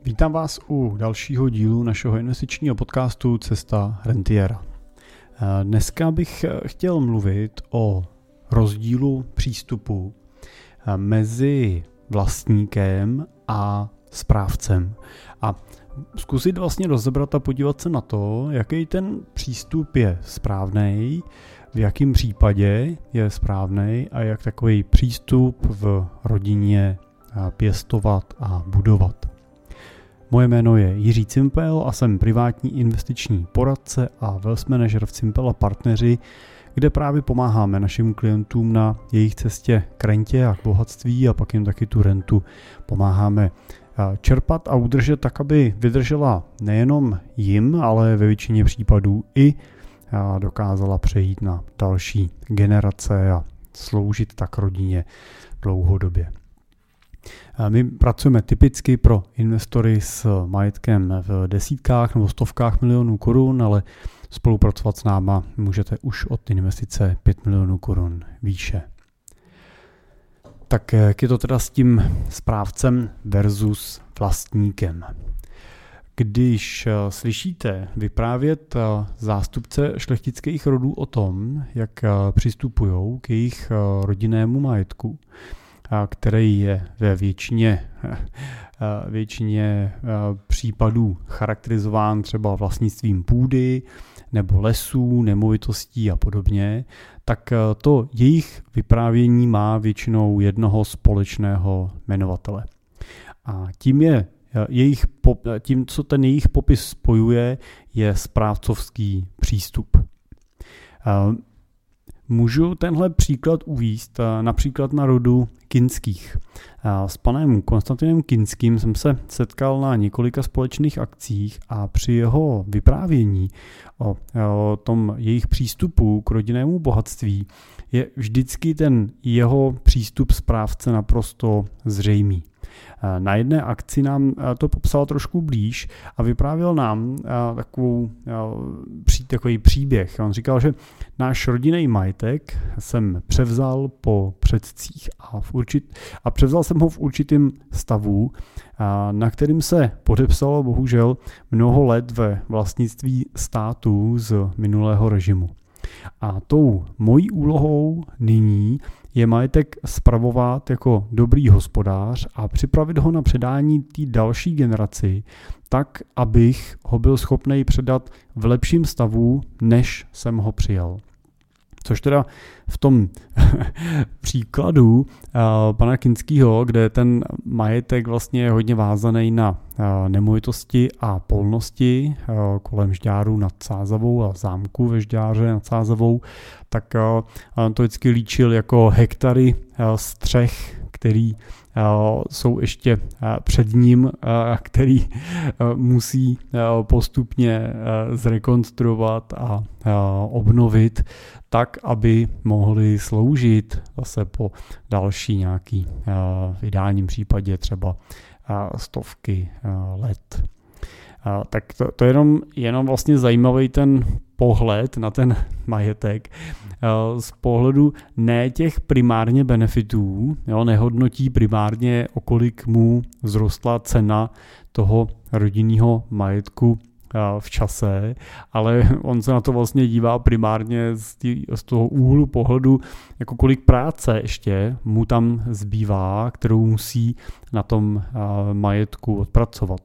Vítám vás u dalšího dílu našeho investičního podcastu Cesta rentiera. Dneska bych chtěl mluvit o rozdílu přístupu mezi vlastníkem a správcem a zkusit vlastně rozebrat a podívat se na to, jaký ten přístup je správnej, v jakém případě je správnej a jak takový přístup v rodině pěstovat a budovat. Moje jméno je Jiří Cimpel a jsem privátní investiční poradce a wealth manager v Cimpel a partneři, kde právě pomáháme našim klientům na jejich cestě k rentě a k bohatství a pak jim taky tu rentu pomáháme čerpat a udržet tak, aby vydržela nejenom jim, ale ve většině případů i dokázala přejít na další generace a sloužit tak rodině dlouhodobě. My pracujeme typicky pro investory s majetkem v desítkách nebo stovkách milionů korun, ale spolupracovat s náma můžete už od investice 5 milionů korun výše. Tak jak je to teda s tím správcem versus vlastníkem? Když slyšíte vyprávět zástupce šlechtických rodů o tom, jak přistupují k jejich rodinnému majetku, který je ve většině případů charakterizován třeba vlastnictvím půdy nebo lesů, nemovitostí a podobně, tak to jejich vyprávění má většinou jednoho společného jmenovatele. A tím, co ten jejich popis spojuje, je správcovský přístup. Můžu tenhle příklad uvést například na rodu Kinských. S panem Konstantinem Kinským jsem se setkal na několika společných akcích a při jeho vyprávění o tom jejich přístupu k rodinnému bohatství je vždycky ten jeho přístup správce naprosto zřejmý. Na jedné akci nám to popsal trošku blíž a vyprávěl nám takový příběh. On říkal, že náš rodinný majetek jsem převzal po předcích a převzal jsem ho v určitém stavu, na kterým se podepsalo bohužel mnoho let ve vlastnictví státu z minulého režimu. A tou mojí úlohou nyní je majetek spravovat jako dobrý hospodář a připravit ho na předání té další generaci tak, abych ho byl schopný předat v lepším stavu, než jsem ho přijal. Což teda v tom příkladu pana Kinského, kde ten majetek vlastně je hodně vázaný na nemovitosti a polnosti kolem Žďáru nad Sázavou a zámku ve Žďáře nad Sázavou, tak on to vždycky líčil jako hektary střech, který jsou ještě před ním, který musí postupně zrekonstruovat a obnovit tak, aby mohli sloužit zase po další nějaký v ideálním případě třeba stovky let. Tak to je jenom vlastně zajímavý ten pohled na ten majetek z pohledu ne těch primárně benefitů, nehodnotí primárně, o kolik mu vzrostla cena toho rodinného majetku v čase, ale on se na to vlastně dívá primárně z toho úhlu pohledu, jako kolik práce ještě mu tam zbývá, kterou musí na tom majetku odpracovat.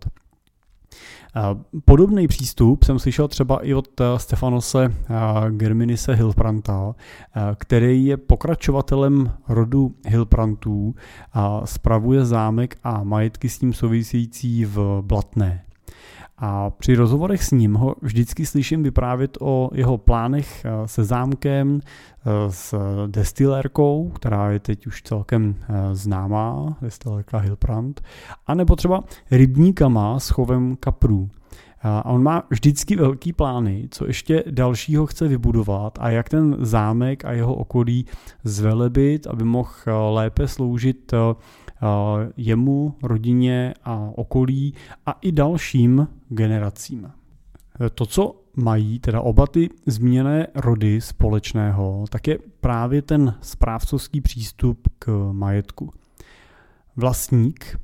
Podobný přístup jsem slyšel třeba i od Stefanose Germinise Hillbrandta, který je pokračovatelem rodu Hillbrandtů a spravuje zámek a majetky s ním související v Blatné. A při rozhovorech s ním ho vždycky slyším vyprávět o jeho plánech se zámkem, s destilérkou, která je teď už celkem známá, destilérka Hillbrand, anebo třeba rybníkama s chovem kaprů. A on má vždycky velký plány, co ještě dalšího chce vybudovat a jak ten zámek a jeho okolí zvelebit, aby mohl lépe sloužit jemu, rodině a okolí a i dalším generacím. To, co mají teda oba ty zmíněné rody společného, tak je právě ten správcovský přístup k majetku. Vlastník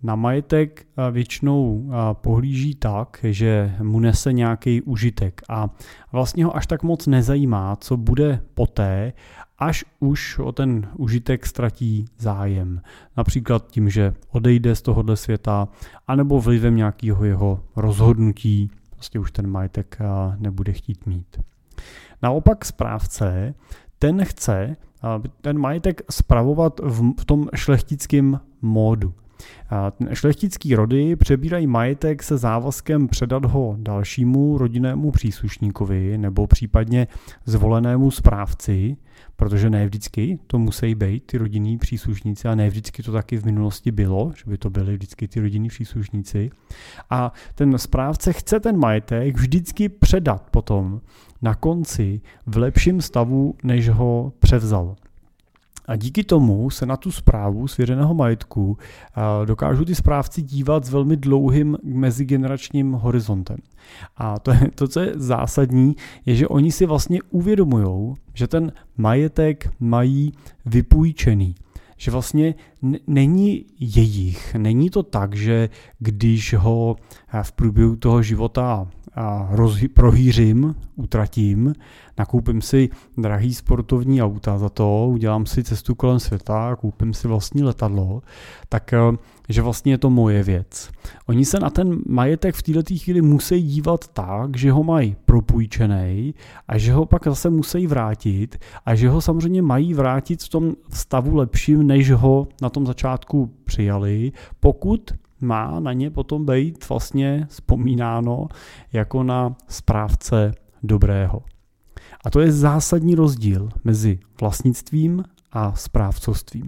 na majetek většinou pohlíží tak, že mu nese nějaký užitek a vlastně ho až tak moc nezajímá, co bude poté, až už o ten užitek ztratí zájem. Například tím, že odejde z tohohle světa, anebo vlivem nějakého jeho rozhodnutí, prostě už ten majetek nebude chtít mít. Naopak správce, ten chce ten majetek spravovat v tom šlechtickém módu. Šlechtický rody přebírají majetek se závazkem předat ho dalšímu rodinnému příslušníkovi nebo případně zvolenému správci, protože ne vždycky to musí být ty rodinní příslušníci a ne vždycky to taky v minulosti bylo, že by to byly vždycky ty rodinní příslušníci. A ten správce chce ten majetek vždycky předat potom na konci v lepším stavu, než ho převzal. A díky tomu se na tu správu svěřeného majetku dokážou ty správci dívat s velmi dlouhým mezigeneračním horizontem. A to, co je zásadní, je, že oni si vlastně uvědomují, že ten majetek mají vypůjčený. Že vlastně není jejich. Není to tak, že když ho v průběhu toho života prohýřím, utratím, nakoupím si drahý sportovní auta za to, udělám si cestu kolem světa, koupím si vlastní letadlo, tak že vlastně je to moje věc. Oni se na ten majetek v této chvíli musí dívat tak, že ho mají propůjčený a že ho pak zase musí vrátit a že ho samozřejmě mají vrátit v tom stavu lepším, než ho na tom začátku přijali, pokud má na ně potom být vlastně vzpomínáno jako na správce dobrého. A to je zásadní rozdíl mezi vlastnictvím a správcovstvím.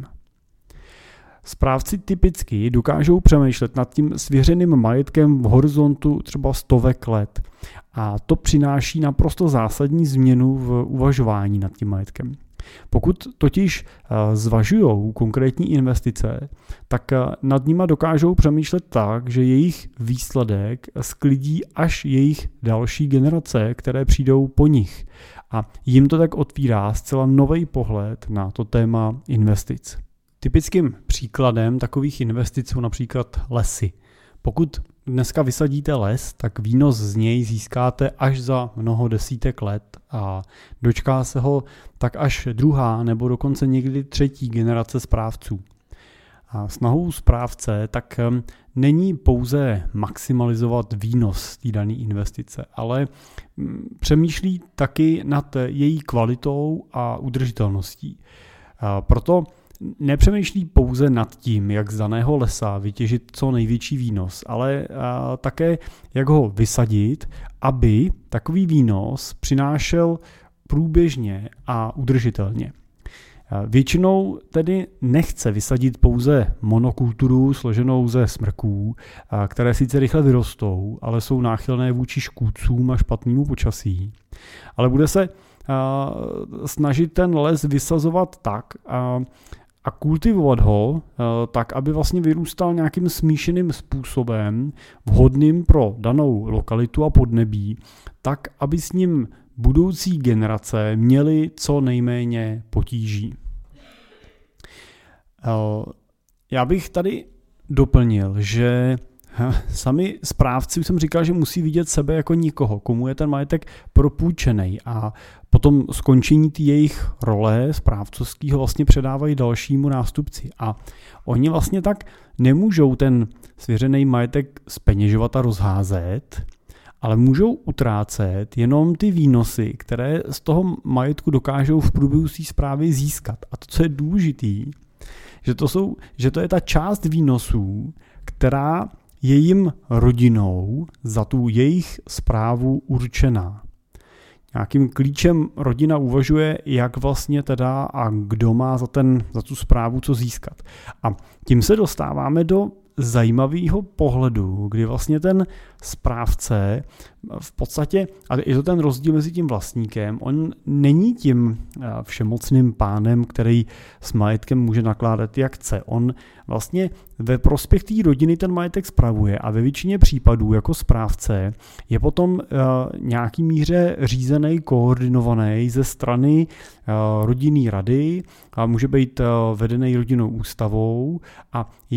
Správci typicky dokážou přemýšlet nad tím svěřeným majetkem v horizontu třeba 100 let. A to přináší naprosto zásadní změnu v uvažování nad tím majetkem. Pokud totiž zvažují konkrétní investice, tak nad nima dokážou přemýšlet tak, že jejich výsledek sklidí až jejich další generace, které přijdou po nich. A jim to tak otvírá zcela nový pohled na to téma investic. Typickým příkladem takových investic jsou například lesy. Pokud dneska vysadíte les, tak výnos z něj získáte až za mnoho desítek let a dočká se ho tak až druhá nebo dokonce někdy třetí generace správců. A snahou správce tak není pouze maximalizovat výnos té dané investice, ale přemýšlí taky nad její kvalitou a udržitelností. Proto nepřemýšlí pouze nad tím, jak z daného lesa vytěžit co největší výnos, ale také jak ho vysadit, aby takový výnos přinášel průběžně a udržitelně. Většinou tedy nechce vysadit pouze monokulturu složenou ze smrků, které sice rychle vyrostou, ale jsou náchylné vůči škůdcům a špatnému počasí. Ale bude se snažit ten les vysazovat tak a kultivovat ho tak, aby vlastně vyrůstal nějakým smíšeným způsobem, vhodným pro danou lokalitu a podnebí, tak, aby s ním budoucí generace měly co nejméně potíží. Já bych tady doplnil, že sami správci, už jsem říkal, že musí vidět sebe jako nikoho, komu je ten majetek propůjčený a potom skončení té jejich role správcovského vlastně předávají dalšímu nástupci. A oni vlastně tak nemůžou ten svěřený majetek zpeněžovat a rozházet, ale můžou utrácet jenom ty výnosy, které z toho majetku dokážou v průběhu své správy získat. A to, co je důležitý, že to je ta část výnosů, která je jim rodinou za tu jejich správu určená. Nějakým klíčem rodina uvažuje, jak vlastně teda a kdo má za tu správu co získat. A tím se dostáváme do zajímavého pohledu, kdy vlastně ten správce v podstatě, a je to ten rozdíl mezi tím vlastníkem, on není tím všemocným pánem, který s majetkem může nakládat jak chce. On vlastně ve prospěch té rodiny ten majetek spravuje a ve většině případů jako správce je potom nějaký míře řízený, koordinovaný ze strany rodinné rady a může být vedený rodinnou ústavou a je v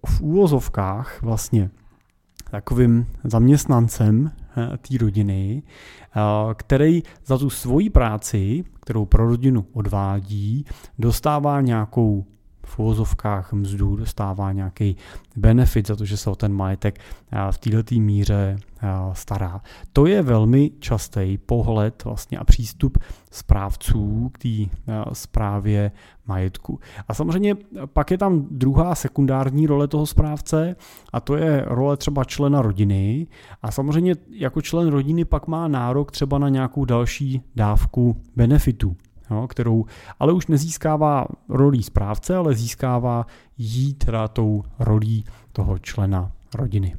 v úvozovkách vlastně takovým zaměstnancem té rodiny, který za tu svoji práci, kterou pro rodinu odvádí, dostává nějakou v uvozovkách mzdu, dostává nějaký benefit za to, že se o ten majetek v této míře stará. To je velmi častý pohled vlastně a přístup správců k té správě majetku. A samozřejmě pak je tam druhá sekundární role toho správce a to je role třeba člena rodiny a samozřejmě jako člen rodiny pak má nárok třeba na nějakou další dávku benefitů, kterou ale už nezískává rolí správce, ale získává jí teda tou rolí toho člena rodiny.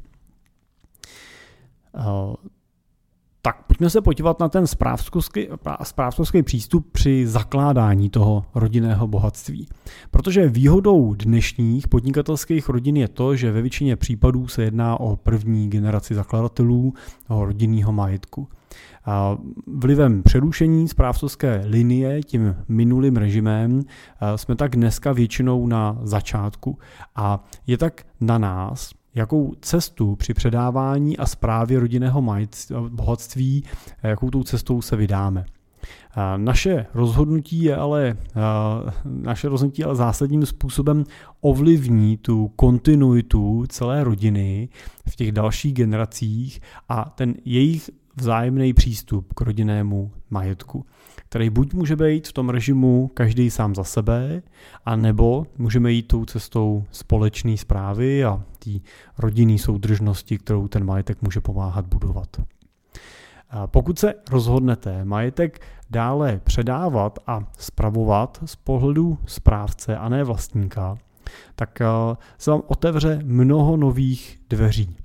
Tak pojďme se podívat na ten správcovský přístup při zakládání toho rodinného bohatství. Protože výhodou dnešních podnikatelských rodin je to, že ve většině případů se jedná o první generaci zakladatelů toho rodinného majetku. Vlivem přerušení správcovské linie tím minulým režimem jsme tak dneska většinou na začátku a je tak na nás, jakou cestu při předávání a správě rodinného bohatství, jakou tou cestou se vydáme. Naše rozhodnutí ale zásadním způsobem ovlivní tu kontinuitu celé rodiny v těch dalších generacích a ten jejich vzájemný přístup k rodinnému majetku, který buď může být v tom režimu každý sám za sebe, anebo můžeme jít tou cestou společné správy a té rodinné soudržnosti, kterou ten majetek může pomáhat budovat. Pokud se rozhodnete majetek dále předávat a spravovat z pohledu správce a ne vlastníka, tak se vám otevře mnoho nových dveří.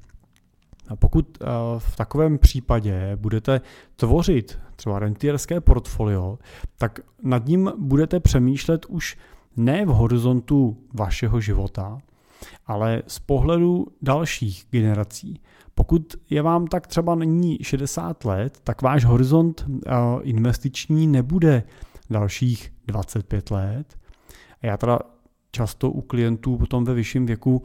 A pokud v takovém případě budete tvořit třeba rentierské portfolio, tak nad ním budete přemýšlet už ne v horizontu vašeho života, ale z pohledu dalších generací. Pokud je vám tak třeba nyní 60 let, tak váš horizont investiční nebude dalších 25 let. Já teda často u klientů potom ve vyšším věku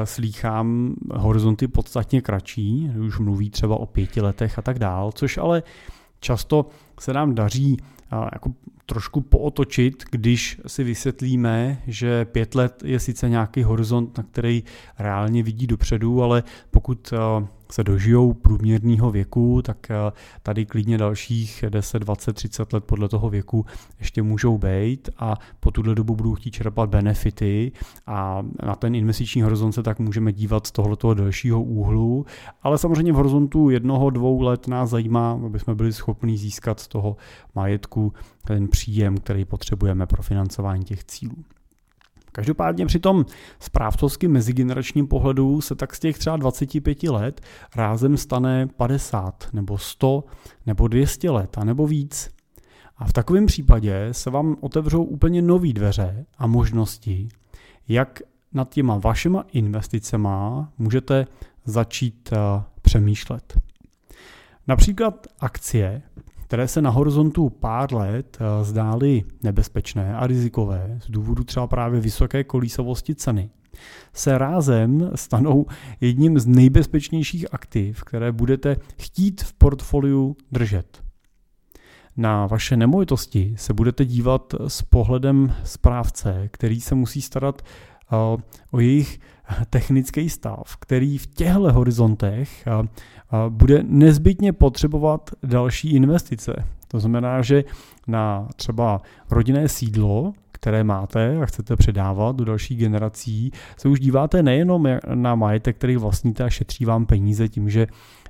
slýchám horizonty podstatně kratší, už mluví třeba o 5 letech a tak dál, což ale často se nám daří jako trošku pootočit, když si vysvětlíme, že 5 let je sice nějaký horizont, na který reálně vidí dopředu, ale pokud se dožijou průměrného věku, tak tady klidně dalších 10, 20, 30 let podle toho věku ještě můžou být a po tuhle dobu budou chtít čerpat benefity a na ten investiční horizont se tak můžeme dívat z tohoto dalšího úhlu, ale samozřejmě v horizontu 1-2 let nás zajímá, aby jsme byli schopni získat z toho majetku ten příjem, který potřebujeme pro financování těch cílů. Každopádně při tom správcovském mezigeneračním pohledu se tak z těch třeba 25 let rázem stane 50 nebo 100 nebo 200 let a nebo víc. A v takovém případě se vám otevřou úplně nové dveře a možnosti, jak nad těma vašima investicema můžete začít přemýšlet. Například akcie, které se na horizontu pár let zdály nebezpečné a rizikové z důvodu třeba právě vysoké kolísavosti ceny, se rázem stanou jedním z nejbezpečnějších aktiv, které budete chtít v portfoliu držet. Na vaše nemovitosti se budete dívat s pohledem správce, který se musí starat o jejich technický stav, který v těchto horizontech bude nezbytně potřebovat další investice. To znamená, že na třeba rodinné sídlo, které máte a chcete předávat do dalších generací, se už díváte nejenom na majetek, který vlastníte a šetří vám peníze tím, že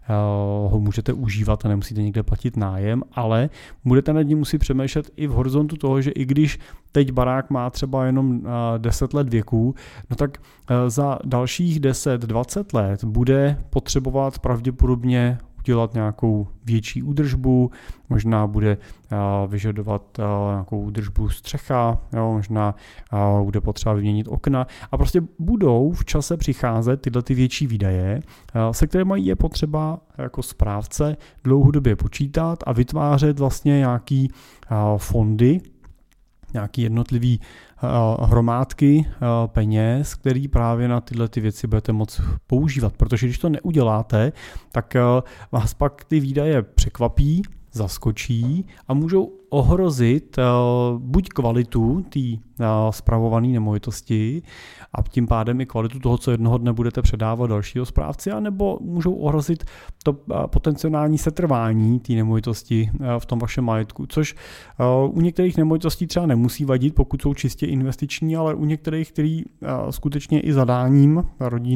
ho můžete užívat a nemusíte někde platit nájem, ale budete nad ním muset přemýšlet i v horizontu toho, že i když teď barák má třeba jenom 10 let věku, no tak za dalších 10-20 let bude potřebovat pravděpodobně udělat nějakou větší údržbu, možná bude vyžadovat nějakou údržbu střecha, možná bude potřeba vyměnit okna a prostě budou v čase přicházet tyhle ty větší výdaje, se kterými je potřeba jako správce dlouhodobě počítat a vytvářet vlastně nějaký fondy, nějaký jednotlivý hromádky peněz, který právě na tyhle ty věci budete moct používat. Protože když to neuděláte, tak vás pak ty výdaje překvapí, zaskočí a můžou ohrozit buď kvalitu té spravované nemovitosti a tím pádem i kvalitu toho, co jednoho dne budete předávat dalšího správci, anebo můžou ohrozit to potenciální setrvání té nemovitosti v tom vašem majetku, což u některých nemovitostí třeba nemusí vadit, pokud jsou čistě investiční, ale u některých, který skutečně i zadáním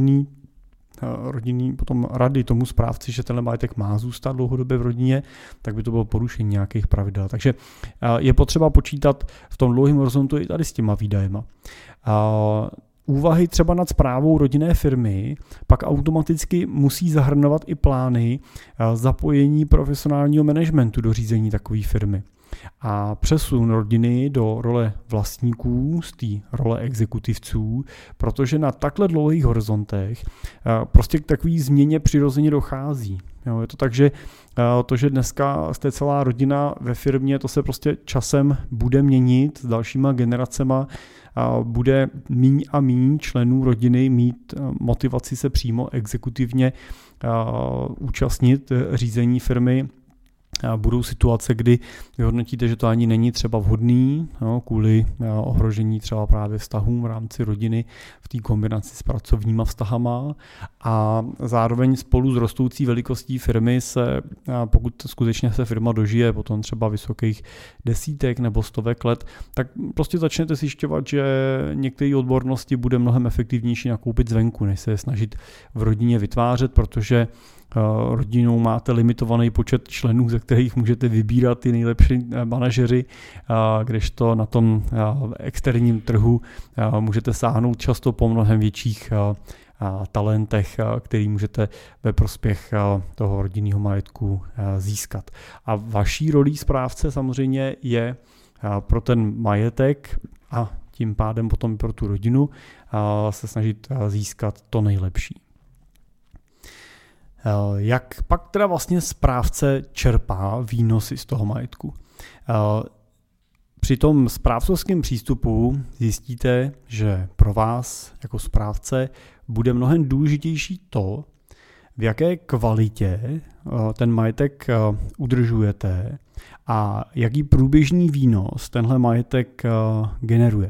rodinný potom rady tomu správci, že tenhle majetek má zůstat dlouhodobě v rodině, tak by to bylo porušení nějakých pravidel. Takže je potřeba počítat v tom dlouhém horizontu i tady s těma výdajema. Úvahy třeba nad správou rodinné firmy pak automaticky musí zahrnovat i plány zapojení profesionálního managementu do řízení takové firmy. A přesun rodiny do role vlastníků z té role exekutivců, protože na takhle dlouhých horizontech prostě k takové změně přirozeně dochází. Jo, je to tak, že to, že dneska jste celá rodina ve firmě, to se prostě časem bude měnit s dalšíma generacema, bude míň a míň členů rodiny mít motivaci se přímo exekutivně účastnit řízení firmy. Budou situace, kdy vyhodnotíte, že to ani není třeba vhodný, kvůli ohrožení třeba právě vztahům v rámci rodiny v té kombinaci s pracovníma vztahama a zároveň spolu s rostoucí velikostí firmy se, pokud skutečně se firma dožije potom třeba vysokých desítek nebo stovek let, tak prostě začnete zjišťovat, že některé odbornosti bude mnohem efektivnější nakoupit zvenku, než se je snažit v rodině vytvářet, protože rodinou máte limitovaný počet členů, ze kterých můžete vybírat ty nejlepší manažeři, kdežto na tom externím trhu můžete sáhnout často po mnohem větších talentech, který můžete ve prospěch toho rodinného majetku získat. A vaší rolí správce samozřejmě je pro ten majetek a tím pádem potom pro tu rodinu se snažit získat to nejlepší. Jak pak teda vlastně správce čerpá výnosy z toho majetku? Při tom správcovském přístupu zjistíte, že pro vás jako správce bude mnohem důležitější to, v jaké kvalitě ten majetek udržujete a jaký průběžný výnos tenhle majetek generuje.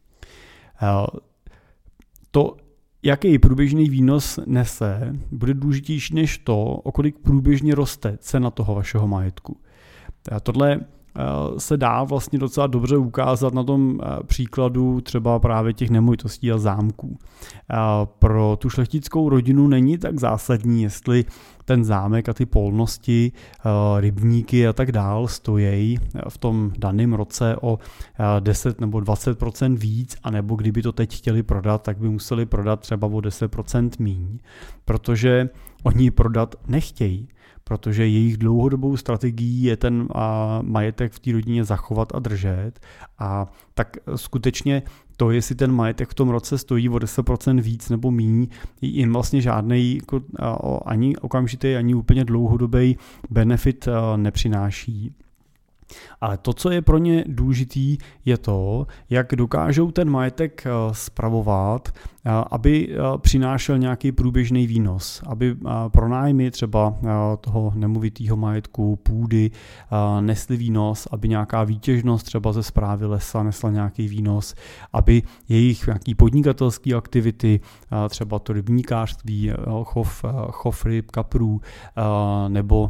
To, jaký průběžný výnos nese, bude důležitější než to, o kolik průběžně roste cena toho vašeho majetku. Tohle se dá vlastně docela dobře ukázat na tom příkladu třeba právě těch nemovitostí a zámků. Pro tu šlechtickou rodinu není tak zásadní, jestli ten zámek a ty polnosti, rybníky a tak dál stojí v tom daném roce o 10 nebo 20% víc, anebo kdyby to teď chtěli prodat, tak by museli prodat třeba o 10% míň, protože oni prodat nechtějí, protože jejich dlouhodobou strategií je ten majetek v té rodině zachovat a držet a tak skutečně to, jestli ten majetek v tom roce stojí o 10% víc nebo míň, jim vlastně žádnej ani okamžitý, ani úplně dlouhodobý benefit nepřináší. Ale to, co je pro ně důležitý, je to, jak dokážou ten majetek spravovat, aby přinášel nějaký průběžný výnos, aby pronájmy třeba toho nemovitého majetku, půdy nesly výnos, aby nějaká výtěžnost třeba ze správy lesa nesla nějaký výnos, aby jejich nějaký podnikatelské aktivity, třeba to rybníkářství, chov ryb, kaprů, nebo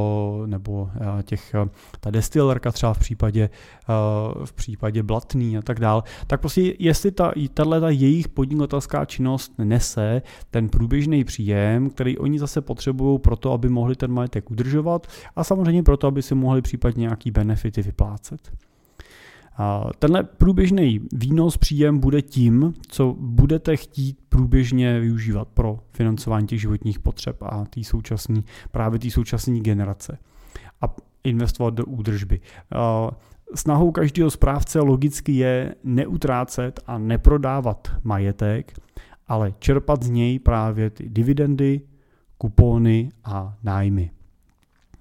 ta destilerka třeba v případě Blatný a tak dál, tak prostě jestli tato jejich podnikatelská činnost nese ten průběžný příjem, který oni zase potřebují pro to, aby mohli ten majetek udržovat a samozřejmě pro to, aby si mohli případně nějaký benefity vyplácet. Tenhle průběžný výnos příjem bude tím, co budete chtít průběžně využívat pro financování těch životních potřeb a právě té současné generace a investovat do údržby. Snahou každého správce logicky je neutrácet a neprodávat majetek, ale čerpat z něj právě ty dividendy, kupóny a nájmy.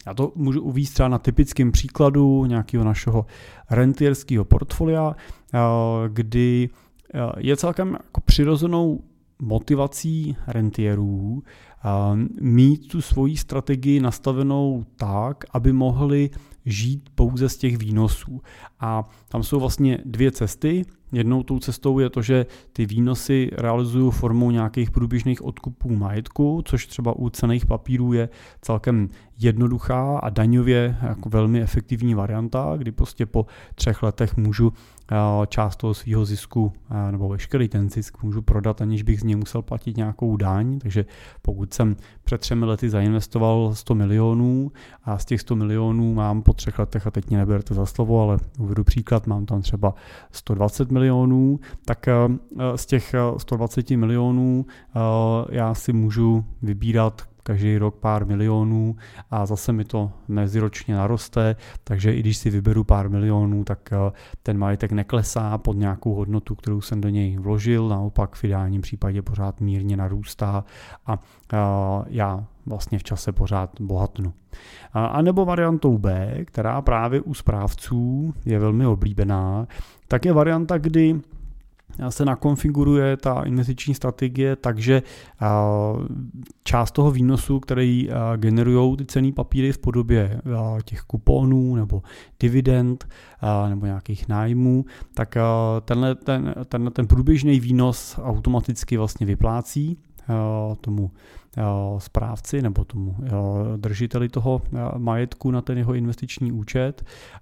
Já to můžu uvést třeba na typickém příkladu nějakého našeho rentierského portfolia, kdy je celkem jako přirozenou motivací rentierů mít tu svoji strategii nastavenou tak, aby mohli žít pouze z těch výnosů. A tam jsou vlastně dvě cesty. Jednou tou cestou je to, že ty výnosy realizují formou nějakých průběžných odkupů majetku, což třeba u cenných papírů je celkem jednoduchá a daňově jako velmi efektivní varianta, kdy prostě po 3 letech můžu část toho svého zisku nebo veškerý ten zisk můžu prodat, aniž bych z něj musel platit nějakou daň. Takže pokud jsem před 3 lety zainvestoval 100 milionů a z těch 100 milionů mám po 3 letech, a teď mě neberte za slovo, ale uvedu příklad, mám tam třeba 120 milionů, tak z těch 120 milionů já si můžu vybírat každý rok pár milionů a zase mi to meziročně naroste, takže i když si vyberu pár milionů, tak ten majetek neklesá pod nějakou hodnotu, kterou jsem do něj vložil, naopak v ideálním případě pořád mírně narůstá a já vlastně v čase pořád bohatnu. A nebo variantou B, která právě u správců je velmi oblíbená, tak je varianta, kdy se nakonfiguruje ta investiční strategie, takže část toho výnosu, který generují ty cenné papíry v podobě těch kuponů nebo dividend nebo nějakých nájmů, tak ten průběžný výnos automaticky vlastně vyplácí tomu správci nebo tomu držiteli toho majetku na ten jeho investiční účet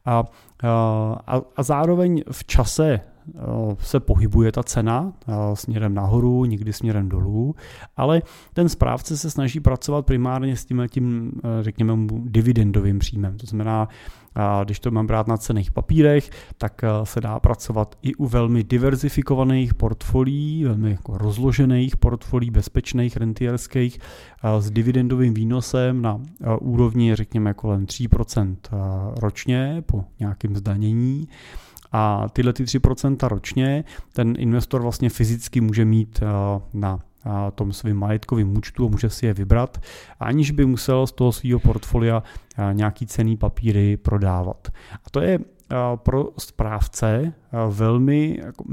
a zároveň v čase se pohybuje ta cena směrem nahoru, někdy směrem dolů, ale ten správce se snaží pracovat primárně s tím řekněme, dividendovým příjmem. To znamená, když to mám brát na cenných papírech, tak se dá pracovat i u velmi diverzifikovaných portfolií, velmi jako rozložených portfolií, bezpečných, rentierských, s dividendovým výnosem na úrovni, řekněme, kolem 3% ročně po nějakém zdanění. A tyhle 3% ročně ten investor vlastně fyzicky může mít na tom svým majetkovým účtu a může si je vybrat, aniž by musel z toho svého portfolia nějaký cenný papíry prodávat. A to je pro správce velmi jako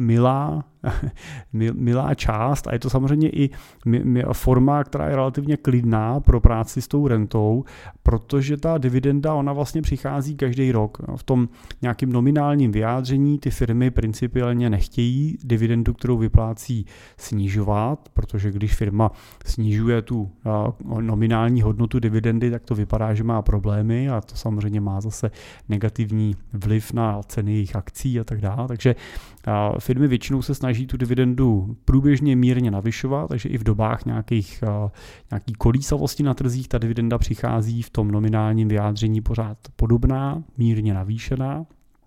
milá část a je to samozřejmě i forma, která je relativně klidná pro práci s tou rentou, protože ta dividenda, ona vlastně přichází každý rok. V tom nějakým nominálním vyjádření ty firmy principiálně nechtějí dividendu, kterou vyplácí, snižovat, protože když firma snižuje tu nominální hodnotu dividendy, tak to vypadá, že má problémy a to samozřejmě má zase negativní vliv na ceny jejich akcí a tak dále. Takže firmy většinou se snaží tu dividendu průběžně mírně navyšovat, takže i v dobách nějaký kolísavosti na trzích ta dividenda přichází v tom nominálním vyjádření pořád podobná, mírně navýšená.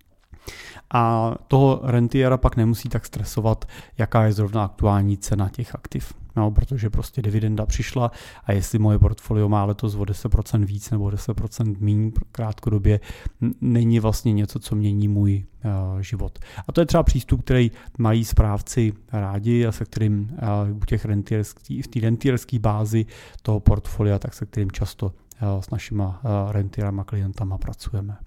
A toho rentiera pak nemusí tak stresovat, jaká je zrovna aktuální cena těch aktiv. No, protože prostě dividenda přišla a jestli moje portfolio má letos o 10% víc nebo 10% míň krátkodobě, není vlastně něco, co mění můj život. A to je třeba přístup, který mají správci rádi a se kterým u těch v té rentierské bázi toho portfolia, tak se kterým často s našima rentierama, klientama pracujeme.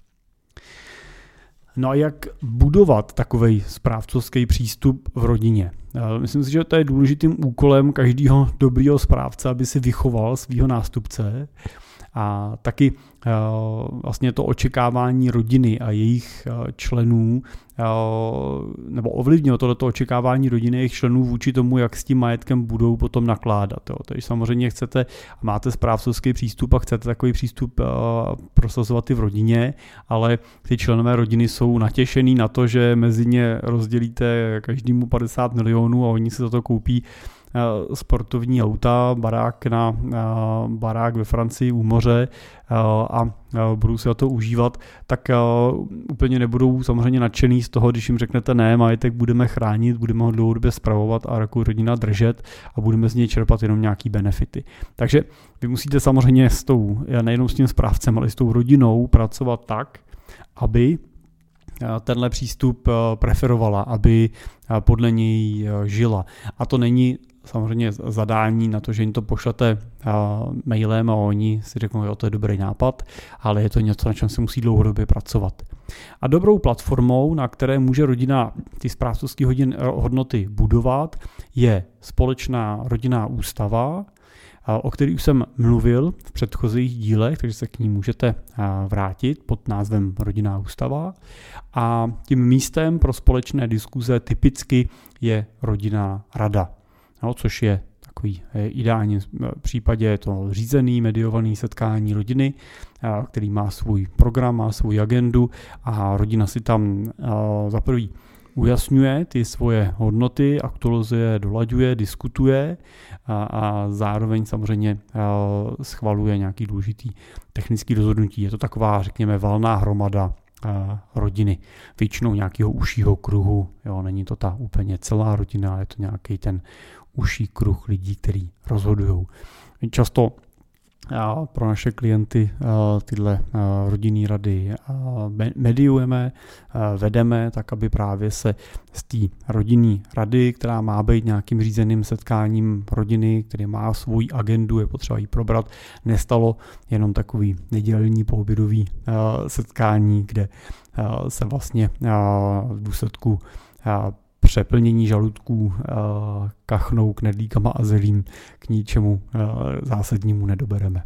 No a jak budovat takovej správcovský přístup v rodině? Myslím si, že to je důležitým úkolem každého dobrýho správce, aby si vychoval svého nástupce a taky vlastně to očekávání rodiny a jejich členů nebo ovlivnilo tohleto očekávání rodiny a jejich členů vůči tomu, jak s tím majetkem budou potom nakládat. Jo. Takže samozřejmě chcete, máte správcovský přístup a chcete takový přístup prosazovat i v rodině, ale ty členové rodiny jsou natěšený na to, že mezi ně rozdělíte každému 50 milionů a oni si za to koupí sportovní auta, barák ve Francii u moře a budou si to užívat, tak úplně nebudou samozřejmě nadšený z toho, když jim řeknete ne, majetek budeme chránit, budeme ho dlouhodobě spravovat a jako rodina držet a budeme z něj čerpat jenom nějaký benefity. Takže vy musíte samozřejmě nejenom s tím správcem, ale i s tou rodinou pracovat tak, aby tenhle přístup preferovala, aby podle něj žila. A to není samozřejmě zadání na to, že jim to pošlete mailem a oni si řeknou, jo, to je dobrý nápad, ale je to něco, na čem se musí dlouhodobě pracovat. A dobrou platformou, na které může rodina ty správcovské hodnoty budovat, je společná rodinná ústava, o který už jsem mluvil v předchozích dílech, takže se k ní můžete vrátit pod názvem Rodinná ústava. A tím místem pro společné diskuze typicky je rodinná rada, což je takový ideální případě je to řízený, mediovaný setkání rodiny, který má svůj program, má svou agendu a rodina si tam za prvý ujasňuje ty svoje hodnoty, aktualizuje, dolaďuje, diskutuje a zároveň samozřejmě schvaluje nějaký důležitý technický rozhodnutí. Je to taková, řekněme, valná hromada rodiny, většinou nějakého užšího kruhu. Jo, není to ta úplně celá rodina, ale je to nějaký ten užší kruh lidí, kteří rozhodují. Často pro naše klienty tyhle rodinné rady mediujeme, vedeme, tak aby právě se z té rodinné rady, která má být nějakým řízeným setkáním rodiny, který má svou agendu, je potřeba jí probrat, nestalo jenom takový nedělní poobědový setkání, kde se vlastně v důsledku přeplnění žaludků kachnou knedlíkama a zelím k ničemu zásadnímu nedobereme.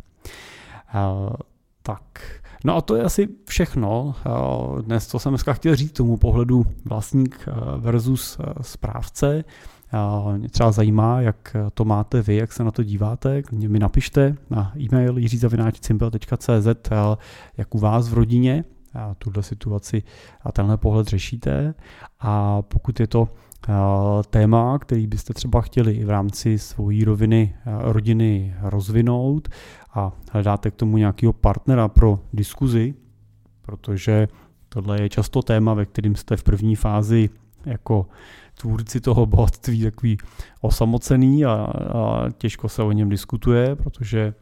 Tak. No a to je asi všechno. Dnes, co jsem dneska chtěl říct tomu pohledu vlastník versus správce. Mě třeba zajímá, jak to máte vy, jak se na to díváte. Mě mi napište na e-mail jiří@simple.cz, jak u vás v rodině tuhle situaci a tenhle pohled řešíte. A pokud je to téma, který byste třeba chtěli v rámci svojí rodiny rozvinout a hledáte k tomu nějakého partnera pro diskuzi, protože tohle je často téma, ve kterým jste v první fázi jako tvůrci toho bohatství takový osamocený a těžko se o něm diskutuje, protože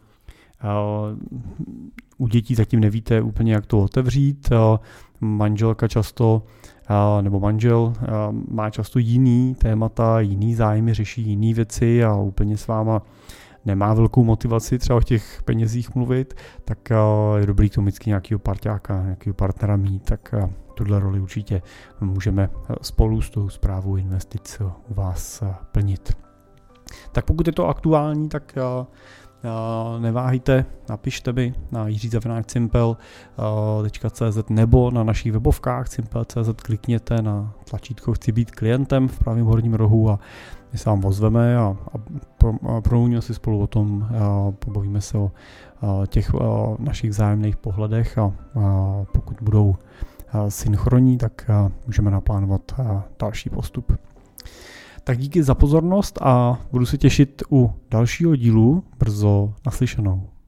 u dětí zatím nevíte úplně, jak to otevřít. Manželka často, nebo manžel má často jiný témata, jiný zájmy, řeší jiný věci a úplně s váma nemá velkou motivaci třeba o těch penězích mluvit, tak je dobrý to vždycky nějakého parťáka, nějakého partnera mít, tak tuhle roli určitě můžeme spolu s tou správou investic u vás plnit. Tak pokud je to aktuální, tak neváhejte, napište mi na jiří@simple.cz nebo na našich webovkách simple.cz, klikněte na tlačítko Chci být klientem v pravém horním rohu a my se vám ozveme a promluvíme si spolu o tom, pobavíme se o těch našich vzájemných pohledech a pokud budou synchronní, tak můžeme naplánovat další postup. Tak díky za pozornost a budu se těšit u dalšího dílu brzo naslyšenou.